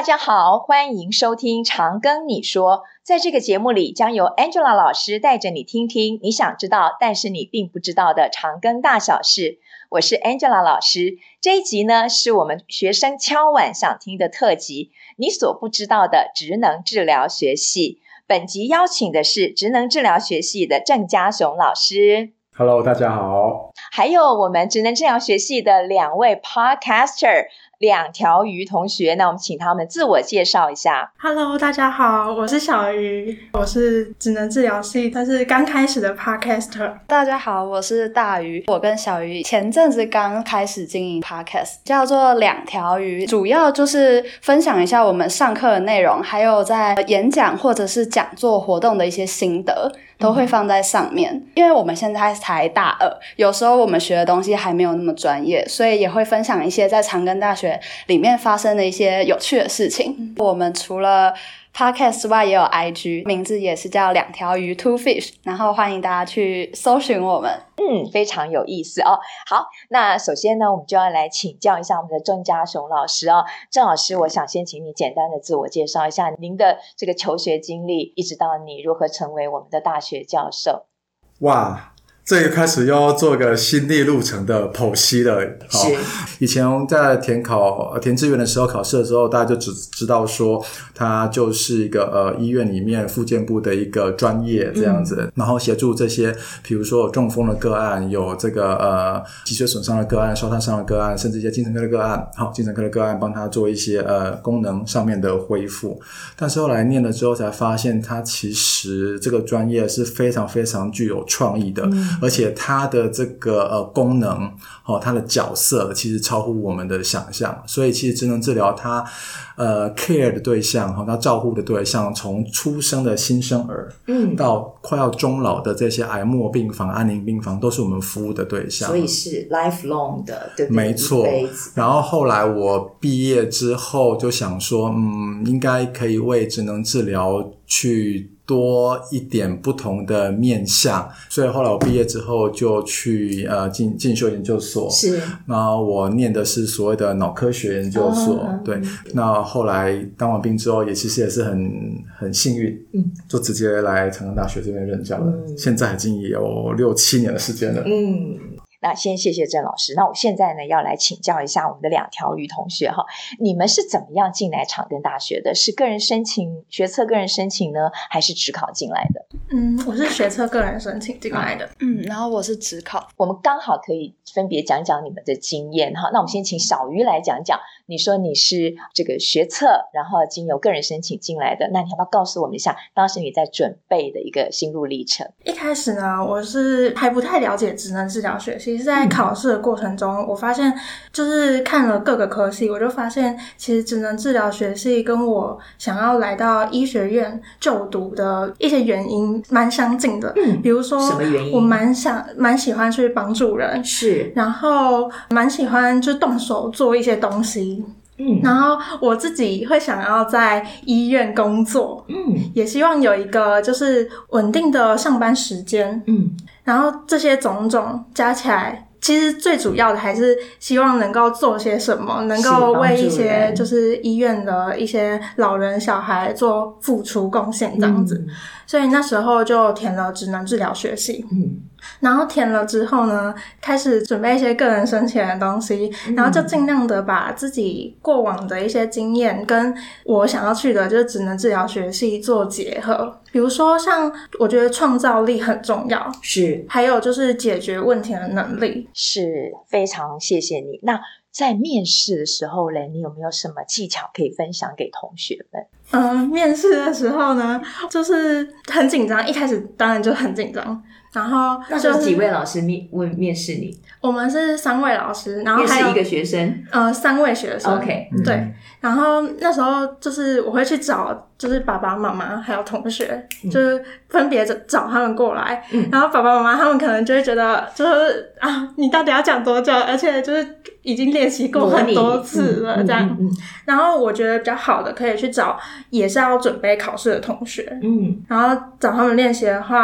家好，欢迎收听长庚你说。在这个节目里，将由 Angela 老师带着你听听你想知道但是你并不知道的长庚大小事。我是 Angela 老师。这一集呢，是我们学生敲碗想听的特辑，你所不知道的职能治疗学系。本集邀请的是职能治疗学系的郑家雄老师。 Hello， 大家好。 还有我们职能治疗学系的2位 Podcaster，两条鱼同学，那我们请他们自我介绍一下。 Hello， 大家好，我是小鱼，我是职能治疗系，但是刚开始的 Podcaster。 大家好，我是大鱼，我跟小鱼前阵子刚开始经营 Podcast， 叫做两条鱼，主要就是分享一下我们上课的内容，还有在演讲或者是讲座活动的一些心得。都会放在上面，因为我们现在才大二，有时候我们学的东西还没有那么专业，所以也会分享一些在长庚大学里面发生的一些有趣的事情。我们除了 Podcast 之外也有 IG， 名字也是叫两条鱼 Two Fish， 然后欢迎大家去搜寻我们。 非常有意思哦。好，那首先呢，我们就要来请教一下我们的郑家雄老师哦。郑老师，我想先请你简单的自我介绍一下您的这个求学经历，一直到你如何成为我们的大学教授。 哇，这个开始又要做个心历路程的剖析了。 是， 以前在填志愿的时候，考试的时候，大家就只知道说它就是一个医院里面复健部的一个专业这样子，然后协助这些比如说有中风的个案，有这个脊髓损伤的个案，烧烫伤的个案，甚至一些精神科的个案，精神科的个案帮他做一些功能上面的恢复。但是后来念了之后才发现，它其实这个专业是非常非常具有创意的，而且它的这个功能它的角色其实超乎我们的想象。所以其实职能治疗它care 的对象，它照护的对象，从出生的新生儿到快要终老的这些癌末病房、安宁病房，都是我们服务的对象。 所以是 lifelong 的，对不对？ 没错。然后后来我毕业之后就想说应该可以为职能治疗去多一点不同的面向，所以后来我毕业之后就去进修研究所。 是， 那我念的是所谓的脑科学研究所。对，那后来当完兵之后，其实也是很幸运，就直接来长庚大学这边任教了。现在已经有6-7年的时间了。 那先谢谢郑老师。那我现在呢要来请教一下我们的两条鱼同学哈，你们是怎么样进来长庚大学的？是个人申请，学测个人申请呢，还是指考进来的？ 我是学测个人申请进来的。 然后我是指考。 我们刚好可以分别讲讲你们的经验哈。那我们先请小鱼来讲讲，你说你是这个学测，然后经由个人申请进来的，那你要不要告诉我们一下当时你在准备的一个心路历程？ 一开始呢，我是还不太了解职能治疗学系，是在考试的过程中，我发现就是看了各个科系，我就发现其实职能治疗学系跟我想要来到医学院就读的一些原因蛮相近的。比如说什么原因？ 我蛮喜欢去帮助人， 是， 然后蛮喜欢就动手做一些东西。然后我自己会想要在医院工作，也希望有一个就是稳定的上班时间，然后这些种种加起来，其实最主要的还是希望能够做些什么，能够为一些就是医院的一些老人小孩做付出贡献这样子。所以那时候就填了职能治疗学系。然后填了之后呢，开始准备一些个人申请的东西，然后就尽量的把自己过往的一些经验跟我想要去的就是职能治疗学系做结合。比如说像我觉得创造力很重要，是，还有就是解决问题的能力。 是，非常谢谢你。那在面试的时候呢，你有没有什么技巧可以分享给同学们？ 面试的时候呢，就是很紧张，一开始当然就很紧张。然后那时候几位老师面试你？ 我们是3位老师，然后还有面试一个学生 ，3位学生。 OK， 对。然后那时候就是我会去找，就是爸爸妈妈还有同学，就是分别找他们过来。然后爸爸妈妈他们可能就会觉得，就是你到底要讲多久？而且就是已经练习过很多次了，这样。然后我觉得比较好的，可以去找也是要准备考试的同学。然后找他们练习的话，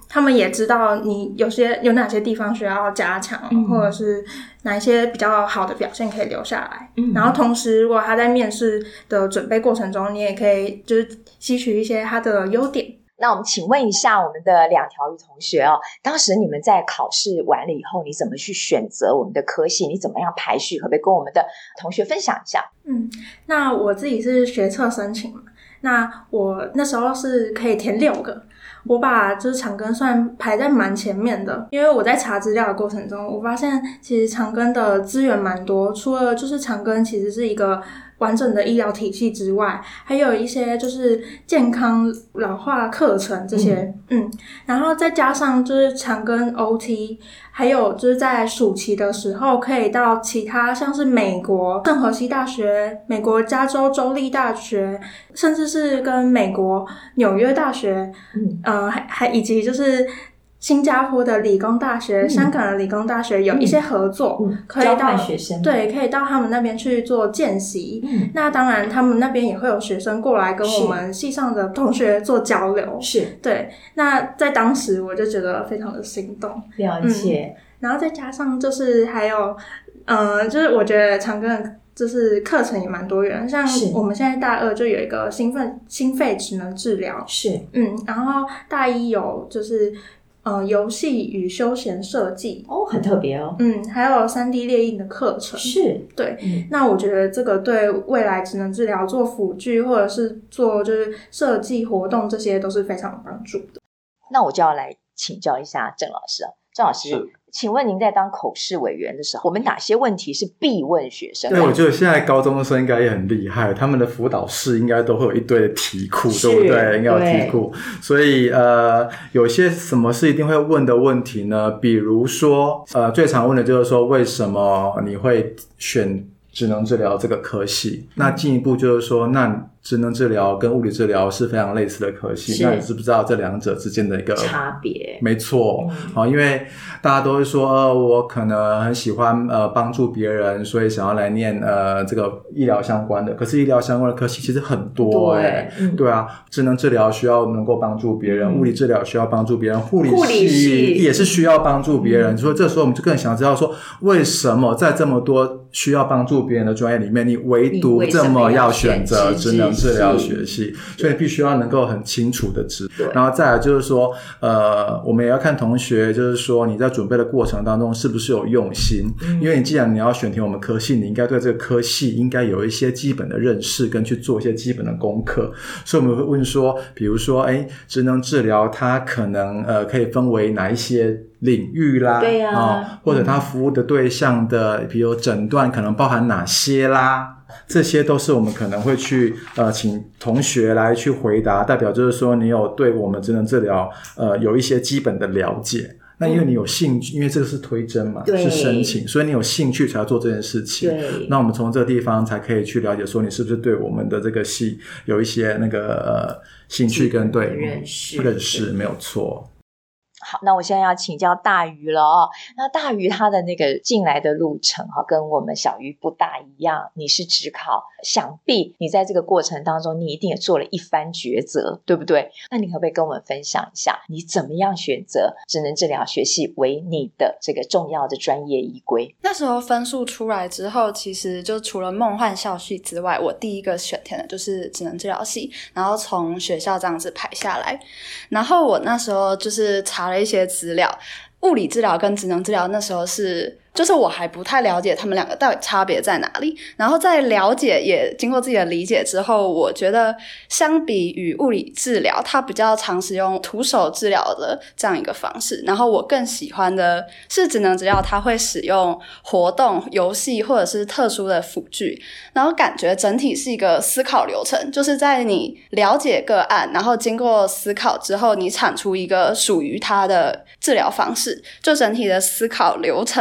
他们也知道你有哪些地方需要加强，或者是哪一些比较好的表现可以留下来。然后同时如果他在面试的准备过程中，你也可以就是吸取一些他的优点。 那我们请问一下我们的两条鱼同学哦，当时你们在考试完了以后，你怎么去选择我们的科系？你怎么样排序？可不可以跟我们的同学分享一下？ 那我自己是学测申请嘛，那我那时候是可以填6个，我把就是长庚算排在蛮前面的，因为我在查资料的过程中，我发现其实长庚的资源蛮多，除了就是长庚其实是一个完整的医疗体系之外，还有一些就是健康老化课程这些，然后再加上就是长庚 OT， 还有就是在暑期的时候可以到其他像是美国圣荷西大学、美国加州州立大学，甚至是跟美国纽约大学，还以及就是新加坡的理工大学、香港的理工大学有一些合作，可以到交换学生， 对，可以到他们那边去做见习。那当然，他们那边也会有学生过来跟我们系上的同学做交流。是，对。那在当时我就觉得非常的心动， 了解。 然后再加上就是还有，就是我觉得长庚就是课程也蛮多元，像我们现在大2就有一个心肺职能治疗，然后大1有就是游戏与休闲设计很特别哦。 还有 3D 列印的课程，对。那我觉得这个对未来职能治疗做辅具或者是做就是设计活动，这些都是非常有帮助的。 那我就要来请教一下郑老师。郑老师，请问您在当口试委员的时候，我们哪些问题是必问学生？ 对，我觉得现在高中生应该也很厉害，他们的辅导室应该都会有一堆的题库，对不对？应该有题库。所以有些什么是一定会问的问题呢？比如说最常问的就是说，为什么你会选职能治疗这个科系？那进一步就是说，那职能治疗跟物理治疗是非常类似的科系，那你知不知道这两者之间的一个差别？ 没错，因为大家都会说我可能很喜欢帮助别人，所以想要来念这个医疗相关的，可是医疗相关的科系其实很多对啊，职能治疗需要能够帮助别人，物理治疗需要帮助别人，护理系也是需要帮助别人，所以这时候我们就更想知道说，为什么在这么多需要帮助别人的专业里面，你唯独这么要选择职能治疗学系？所以必须要能够很清楚的知道。然后再来就是说我们也要看同学，就是说你在准备的过程当中是不是有用心，因为你既然你要选填我们科系，你应该对这个科系应该有一些基本的认识跟去做一些基本的功课。所以我们会问说，比如说职能治疗它可能可以分为哪一些领域啦， 对啊， 或者它服务的对象的比如诊断可能包含哪些啦，这些都是我们可能会去请同学来去回答，代表就是说你有对我们职能治疗有一些基本的了解。那因为你有兴趣，因为这个是推甄嘛，是申请，所以你有兴趣才要做这件事情。那我们从这个地方才可以去了解说你是不是对我们的这个系有一些那个兴趣跟对认识没有错。 好，那我现在要请教大鱼了哦。那大鱼他的那个进来的路程跟我们小鱼不大一样，你是指考，想必你在这个过程当中你一定也做了一番抉择，对不对？那你可不可以跟我们分享一下，你怎么样选择职能治疗学系为你的这个重要的专业依归？ 那时候分数出来之后，其实就除了梦幻校系之外，我第一个选填的就是职能治疗系，然后从学校这样子排下来。然后我那时候就是查了一些资料，物理治疗跟职能治疗那时候就是我还不太了解他们两个到底差别在哪里，然后在了解也经过自己的理解之后，我觉得相比于物理治疗，它比较常使用徒手治疗的这样一个方式，然后我更喜欢的是职能治疗，它会使用活动、游戏或者是特殊的辅具，然后感觉整体是一个思考流程，就是在你了解个案，然后经过思考之后，你产出一个属于它的治疗方式，就整体的思考流程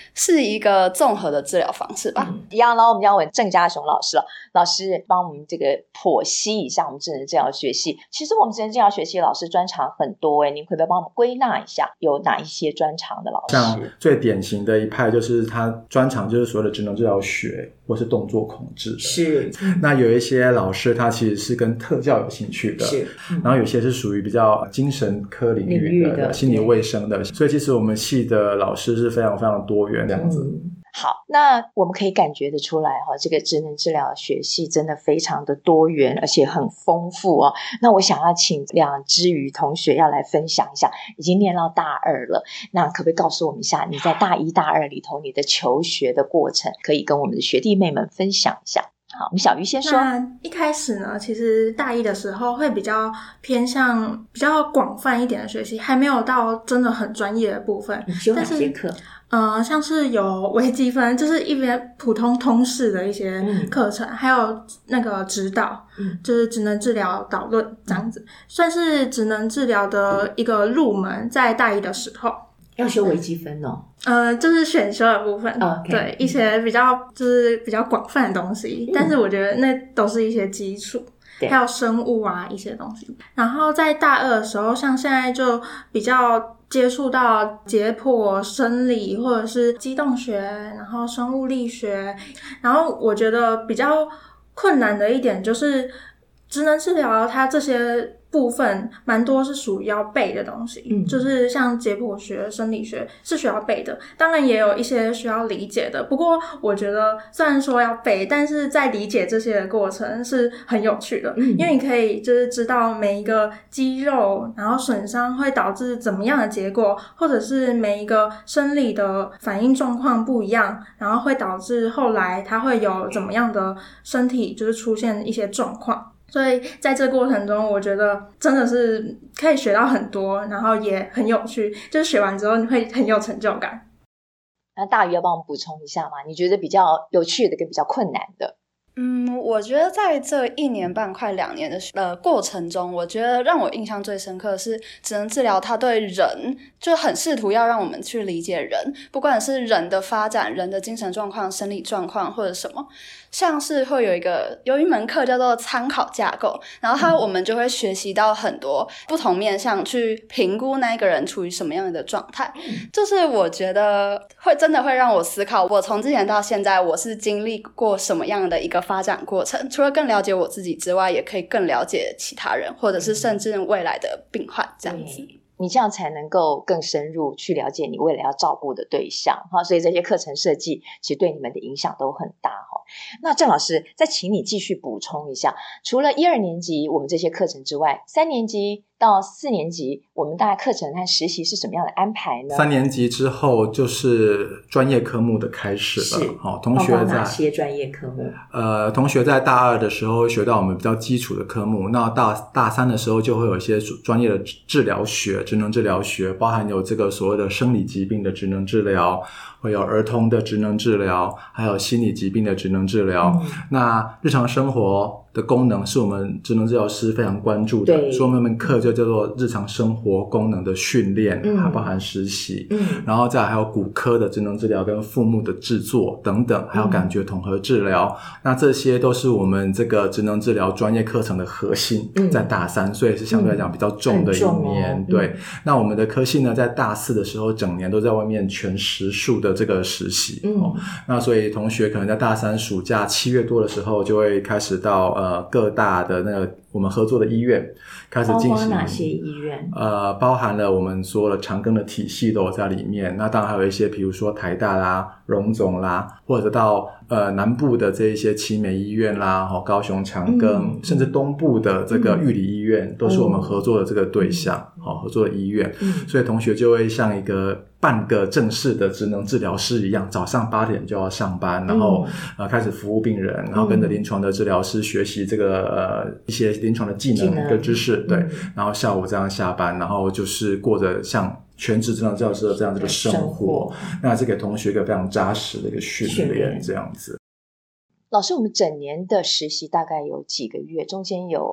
是一个综合的治疗方式吧。 一样咯，我们要问郑家雄老师了。老师帮我们这个剖析一下我们职能治疗学系。其实我们职能治疗学系老师专长很多您可不可以帮我们归纳一下有哪一些专长的老师？ 像最典型的一派就是他专长就是所谓的职能治疗学或是动作控制的。 是， 那有一些老师他其实是跟特教有兴趣的， 是， 然后有些是属于比较精神科领域的心理卫生的，所以其实我们系的老师是非常非常多元这样子。 好，那我们可以感觉得出来这个职能治疗学系真的非常的多元，而且很丰富那我想要请梁之瑜同学要来分享一下，已经念到大二了，那可不可以告诉我们一下你在大一大二里头你的求学的过程，可以跟我们的学弟妹们分享一下。好，我们小鱼先说。 那一开始呢，其实大一的时候会比较偏向比较广泛一点的学习，还没有到真的很专业的部分。 你修哪些课？ 像是有微积分，就是一边普通通识的一些课程，还有那个指导，就是职能治疗导论这样子，算是职能治疗的一个入门，在大一的时候。 要修微积分哦？ 就是选修的部分，对，一些比较广泛的东西，但是我觉得那都是一些基础，还有生物啊一些东西。然后在大二的时候，像现在就比较接触到解剖生理或者是机动学，然后生物力学。然后我觉得比较困难的一点就是职能治疗它这些部分蛮多是属于要背的东西，就是像解剖学、生理学是需要背的，当然也有一些需要理解的。不过我觉得虽然说要背，但是在理解这些的过程是很有趣的，因为你可以就是知道每一个肌肉然后损伤会导致怎么样的结果，或者是每一个生理的反应状况不一样，然后会导致后来它会有怎么样的身体就是出现一些状况。所以在这过程中我觉得真的是可以学到很多，然后也很有趣，就是学完之后你会很有成就感。 那大鱼要帮我们补充一下吗？你觉得比较有趣的跟比较困难的？ 我觉得在这1年半快2年的过程中，我觉得让我印象最深刻的是职能治疗它对人就很试图要让我们去理解人，不管是人的发展、人的精神状况、生理状况或者什么，像是会有一门课叫做参考架构，然后我们就会学习到很多不同面向去评估那一个人处于什么样的状态，就是我觉得真的会让我思考，我从之前到现在我是经历过什么样的一个发展过程，除了更了解我自己之外，也可以更了解其他人，或者是甚至未来的病患这样子。 你这样才能够更深入去了解你未来要照顾的对象所以这些课程设计其实对你们的影响都很大那郑老师再请你继续补充一下，除了1、2年级我们这些课程之外，3年级到4年级我们大概课程和实习是什么样的安排呢？3 年级之后就是专业科目的开始了。同学在哪些专业科目？ 同学在大2的时候会学到我们比较基础的科目，那到大3的时候就会有一些专业的治疗学、职能治疗学，包含有这个所谓的生理疾病的职能治疗，会有儿童的职能治疗，还有心理疾病的职能治疗。那日常生活的功能是我们职能治疗师非常关注的，所以我们那门课就叫做日常生活功能的训练，还包含实习，然后再来还有骨科的职能治疗跟副目的制作等等，还有感觉统合治疗。那这些都是我们这个职能治疗专业课程的核心，在大3，所以是相对来讲比较重的一年。对，那我们的科系呢，在大4的时候整年都在外面全时数的这个实习。那所以同学可能在大3暑假7月多的时候就会开始到各大的那个我们合作的医院开始进行。包括哪些医院？ 包含了我们说了长庚的体系都有在里面，那当然还有一些比如说台大啦、荣总啦，或者到南部的这一些奇美医院啦、高雄长庚，甚至东部的这个玉里医院，都是我们合作的这个对象，合作的医院。所以同学就会像一个半个正式的职能治疗师一样，早上8点就要上班，然后开始服务病人，然后跟着临床的治疗师学习这个一些临床的技能跟知识，对，然后下午这样下班，然后就是过着像全职职能治疗师的这样子的生活，那是给同学一个非常扎实的一个训练这样子。 老师，我们整年的实习大概有几个月？中间有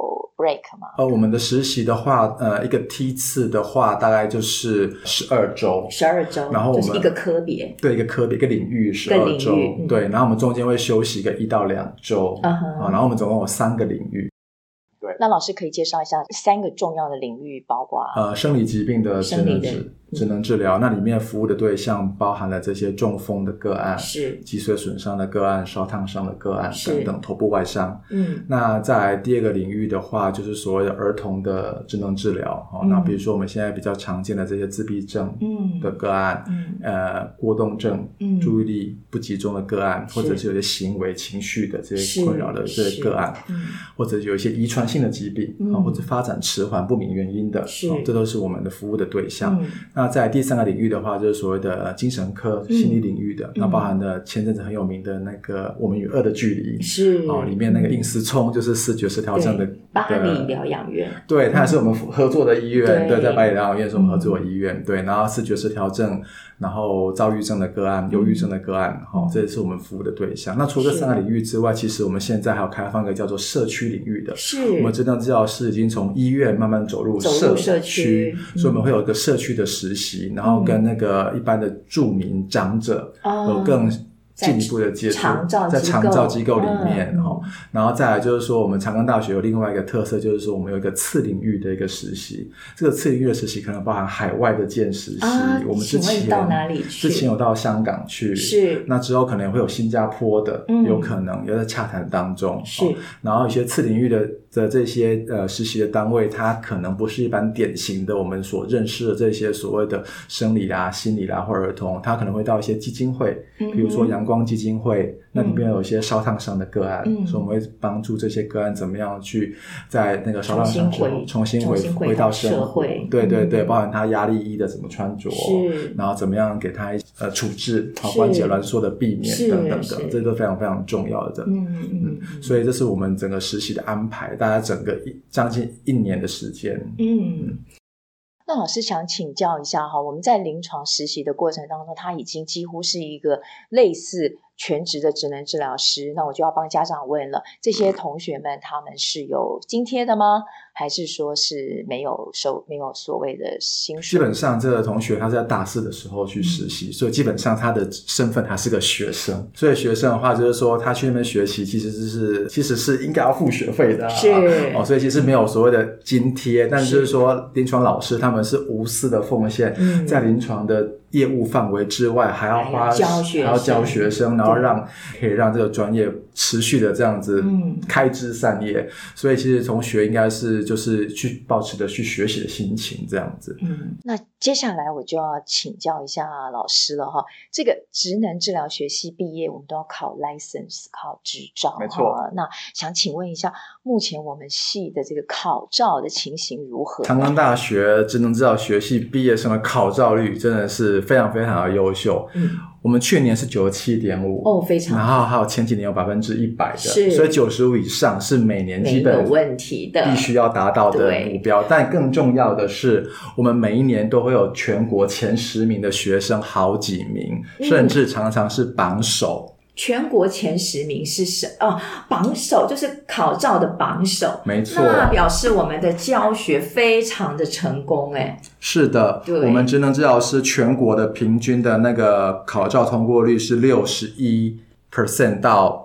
break 吗？ 我们的实习的话，一个梯次的话，大概就是12周 ，12周， 然后我们就是一个科别， 对，一个科别，一个领域12周，对，然后我们中间会休息一个1到2周，然后我们总共有3个领域。对， 那老师可以介绍一下3个重要的领域，包括生理疾病的职能治疗，那里面服务的对象包含了这些中风的个案， 是脊髓损伤的个案，烧烫伤的个案等等，头部外伤。那再来第2个领域的话，就是所谓的儿童的职能治疗。那比如说我们现在比较常见的这些自闭症的个案，过动症，注意力不集中的个案，或者是有些行为情绪的这些困扰的这些个案，或者有一些遗传性的疾病，或者发展迟缓不明原因的，这都是我们的服务的对象。那在第3个领域的话，就是所谓的精神科心理领域的，那包含了前阵子很有名的那个《我们与恶的距离》，是里面那个尹思聪就是视觉失调症的巴黎疗养院， 对，它也是我们合作的医院，对，在巴黎疗养院是我们合作的医院，对，然后视觉失调症，然后躁郁症的个案，忧郁症的个案，这也是我们服务的对象。那除了这3个领域之外，其实我们现在还有开放一个叫做社区领域的，是我们职能治疗师已经从医院慢慢走入社区，所以我们会有一个社区的实习，然后跟那个一般的住民长者有更进一步的接触，在长照机构里面，然后再来就是说，我们长庚大学有另外一个特色，就是说我们有一个次领域的一个实习。这个次领域的实习可能包含海外的见实习，我们之前到哪里去？ 之前有到香港去，是那之后可能会有新加坡的，有可能也在洽谈当中，是然后一些次领域的这些实习的单位，它可能不是一般典型的我们所认识的这些所谓的生理啦、心理啦或儿童，它可能会到一些基金会，比如说阳光基金会，那里面有一些烧烫伤的个案，所以我们会帮助这些个案怎么样去在那个烧烫伤之后重新回到生活，对对对，包含他压力衣的怎么穿着，然后怎么样给他处置关节挛缩的避免等等的，这都非常非常重要的。所以这是我们整个实习的安排，大概整个将近1年的时间。 那老师想请教一下我们在临床实习的过程当中，他已经几乎是一个类似全职的职能治疗师，那我就要帮家长问了，这些同学们他们是有津贴的吗？还是说是没有所谓的薪水？ 基本上这个同学他是在大4的时候去实习，所以基本上他的身份还是个学生，所以学生的话就是说他去那边学习其实是应该要付学费的，是所以其实没有所谓的津贴，但就是说临床老师他们是无私的奉献，在临床的业务范围之外还要教学生，然后可以让这个专业持续的这样子开枝散叶，所以其实同学应该是就是去抱持的去学习的心情这样子。 那接下来我就要请教一下老师了这个职能治疗学系毕业我们都要考 license 考执照， 没错。 那想请问一下，目前我们系的这个考照的情形如何？ 长庚大学职能治疗学系毕业生的考照率真的是非常非常的优秀，我们去年是 97.5%， 非常好， 然后还有前几年有 100% 的，所以95以上是每年基本没有问题的， 必须要达到的目标。但更重要的是，我们每一年都会有全国前10名的学生好几名，甚至常常是榜首。 全国前10名是榜首，就是考照的榜首， 没错， 那表示我们的教学非常的成功是的，我们职能治疗师全国的平均的那个考照通过率是61% 到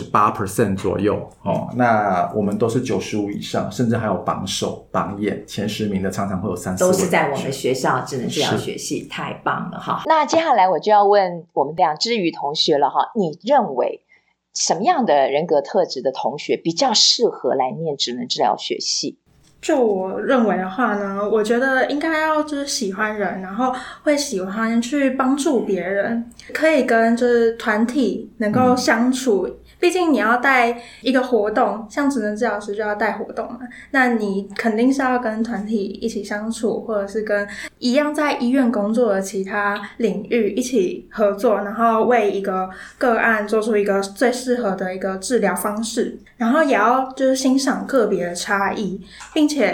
68% 左右那我们都是95以上，甚至还有榜首榜眼前10名的常常会有3-4位， 都是在我们学校职能治疗学系，太棒了那接下来我就要问我们梁之瑜同学了你认为什么样的人格特质的同学比较适合来念职能治疗学系？ 就我认为的话呢，我觉得应该要就是喜欢人，然后会喜欢去帮助别人，可以跟就是团体能够相处，毕竟你要带一个活动，像职能治疗师就要带活动嘛，那你肯定是要跟团体一起相处，或者是跟一样在医院工作的其他领域一起合作，然后为一个个案做出一个最适合的一个治疗方式，然后也要就是欣赏个别的差异，并且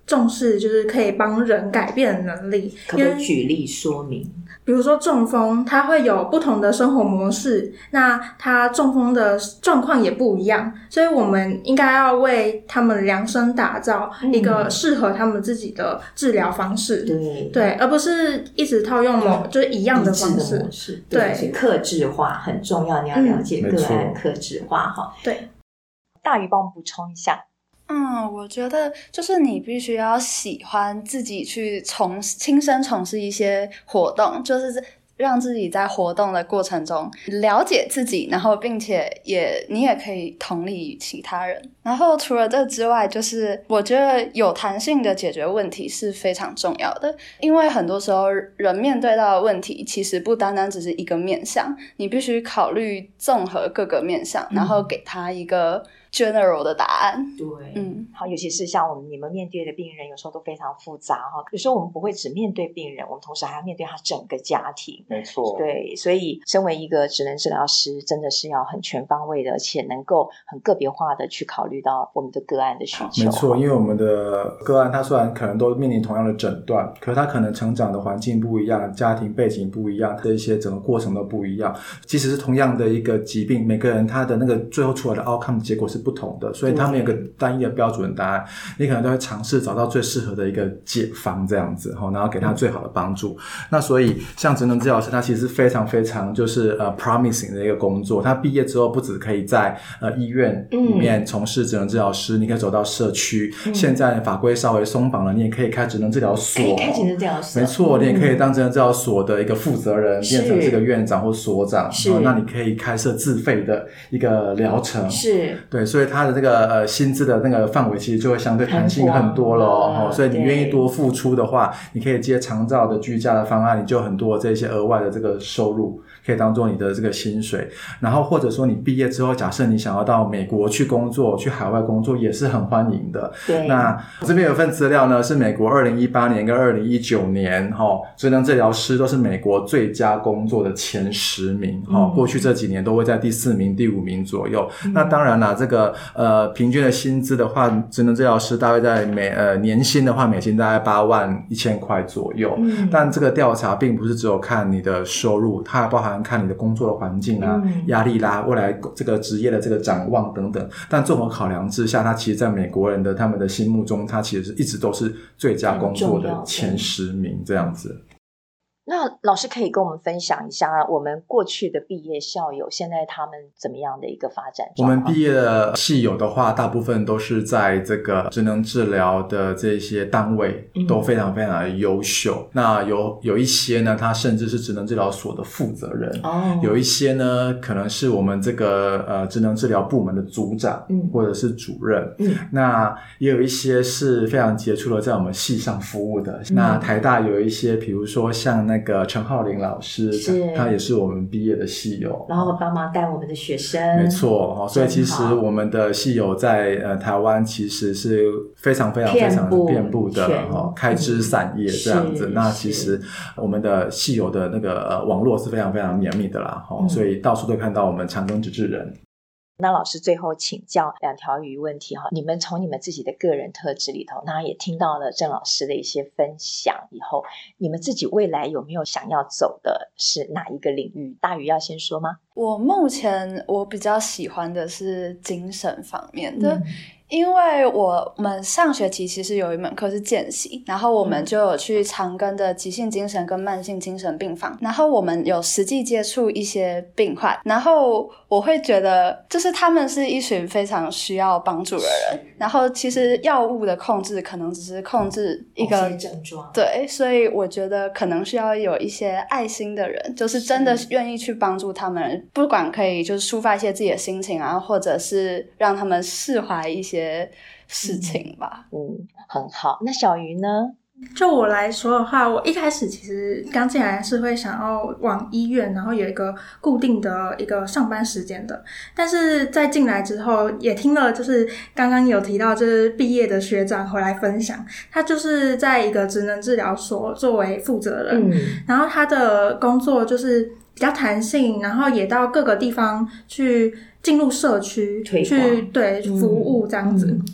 重视就是可以帮人改变的能力。 可不可以举例说明？ 比如说中风，它会有不同的生活模式，那它中风的状况也不一样，所以我们应该要为他们量身打造一个适合他们自己的治疗方式，对，而不是一直套用就是一样的方式， 对，所以客制化很重要，你要了解个案客制化哈。 对， 大鱼帮我们补充一下。 我觉得就是你必须要喜欢自己去亲身从事一些活动，就是让自己在活动的过程中了解自己，然后并且你也可以同理于其他人。然后除了这之外，就是我觉得有弹性的解决问题是非常重要的，因为很多时候人面对到的问题其实不单单只是一个面向，你必须考虑综合各个面向，然后给他一个general 的答案。 对，好，尤其是像你们面对的病人有时候都非常复杂哈，有时候我们不会只面对病人，我们同时还要面对他整个家庭。 没错， 对，所以身为一个职能治疗师，真的是要很全方位的，而且能够很个别化的去考虑到我们的个案的需求。 没错，因为我们的个案他虽然可能都面临同样的诊断，可是他可能成长的环境不一样，家庭背景不一样，这一些整个过程都不一样，即使是同样的一个疾病，每个人他的那个最后出来的 outcome 结果是不同的，所以他们有个单一的标准答案，你可能都会尝试找到最适合的一个解方这样子，然后给他最好的帮助。那所以像职能治疗师他其实非常非常就是promising 的一个工作，他毕业之后不只可以在医院里面从事职能治疗师，你可以走到社区，现在法规稍微松绑了，你也可以开职能治疗所， 可以开职能治疗所， 没错，你也可以当职能治疗所的一个负责人，变成这个院长或所长，那你可以开设自费的一个疗程， 是， 对，所以他的这个薪资的那个范围其实就会相对弹性很多咯，所以你愿意多付出的话，你可以接长照的居家的方案，你就有很多这些额外的这个收入可以当做你的这个薪水。然后或者说你毕业之后，假设你想要到美国去工作，去海外工作也是很欢迎的。 对， 那这边有份资料呢，是美国2018年跟2019年职能治疗师都是美国最佳工作的前10名，过去这几年都会在第4名第5名左右。那当然啦，这个平均的薪资的话，职能治疗师大概在年薪的话，美金大概81000块左右。但这个调查并不是只有看你的收入，它还包含看你的工作的环境啊、压力啦、未来这个职业的这个展望等等。但综合考量之下，它其实在美国人的他们的心目中，它其实一直都是最佳工作的前10名这样子。 那老师可以跟我们分享一下我们过去的毕业校友现在他们怎么样的一个发展状况？ 我们毕业的系友的话，大部分都是在这个职能治疗的这些单位都非常非常的优秀。那有一些呢，他甚至是职能治疗所的负责人，有一些呢可能是我们这个职能治疗部门的组长或者是主任，那也有一些是非常杰出的在我们系上服务的。那台大有一些比如说像那个陈浩林老师，他也是我们毕业的系友， 然后帮忙带我们的学生。 没错，所以其实我们的系友在台湾其实是非常非常非常遍布的开枝散叶这样子。那其实我们的系友的那个网络是非常非常绵密的啦，所以到处都看到我们长庚职志人。 那老师最后请教2条鱼问题哈，你们从你们自己的个人特质里头，那也听到了郑老师的一些分享以后，你们自己未来有没有想要走的是哪一个领域？大鱼要先说吗？ 我目前比较喜欢的是精神方面的，因为我们上学期其实有一门课是见习，然后我们就有去长庚的急性精神跟慢性精神病房，然后我们有实际接触一些病患，然后我会觉得就是他们是一群非常需要帮助的人，然后其实药物的控制可能只是控制一个症状， 对，所以我觉得可能需要有一些爱心的人，就是真的愿意去帮助他们，不管可以就是抒发一些自己的心情啊，或者是让他们释怀一些事情吧。 很好。那小鱼呢？ 就我来说的话，我一开始其实刚进来是会想要往医院，然后有一个固定的一个上班时间的。但是在进来之后，也听了就是刚刚有提到，就是毕业的学长回来分享，他就是在一个职能治疗所作为负责人，然后他的工作就是比较弹性，然后也到各个地方去进入社区去服务这样子。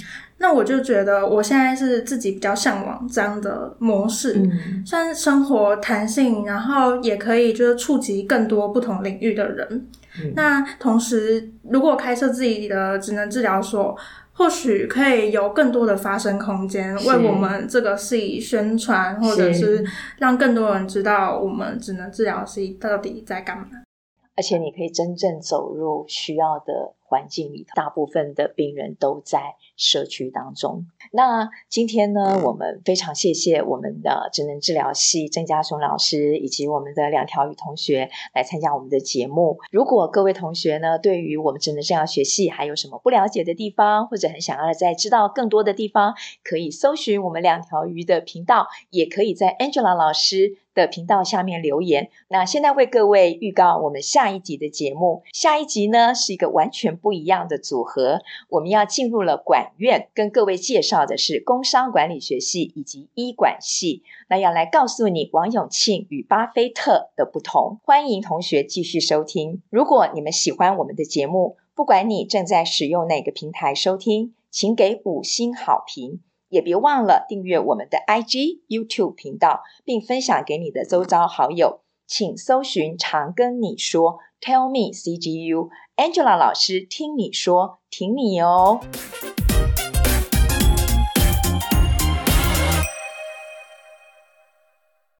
那我就觉得我现在是自己比较向往这样的模式，算是生活弹性，然后也可以就是触及更多不同领域的人。那同时如果开设自己的职能治疗所，或许可以有更多的发声空间，为我们这个系宣传，或者是让更多人知道我们职能治疗系到底在干嘛。 而且你可以真正走入需要的环境里，大部分的病人都在社区当中。那今天呢，我们非常谢谢我们的职能治疗系郑家雄老师以及我们的梁条宇同学来参加我们的节目。如果各位同学呢，对于我们职能治疗学系还有什么不了解的地方，或者很想要再知道更多的地方，可以搜寻我们梁条宇的频道，也可以在 Angela 老师的频道下面留言。那现在为各位预告我们下一集的节目，下一集呢是一个完全不一样的组合，我们要进入了管院，跟各位介绍的是工商管理学系以及医管系，那要来告诉你王永庆与巴菲特的不同。欢迎同学继续收听。如果你们喜欢我们的节目，不管你正在使用哪个平台收听，请给5星好评，也别忘了订阅我们的 IG、YouTube 频道，并分享给你的周遭好友。请搜寻常跟你说 Tell me CGU， Angela 老师听你说，挺你哦。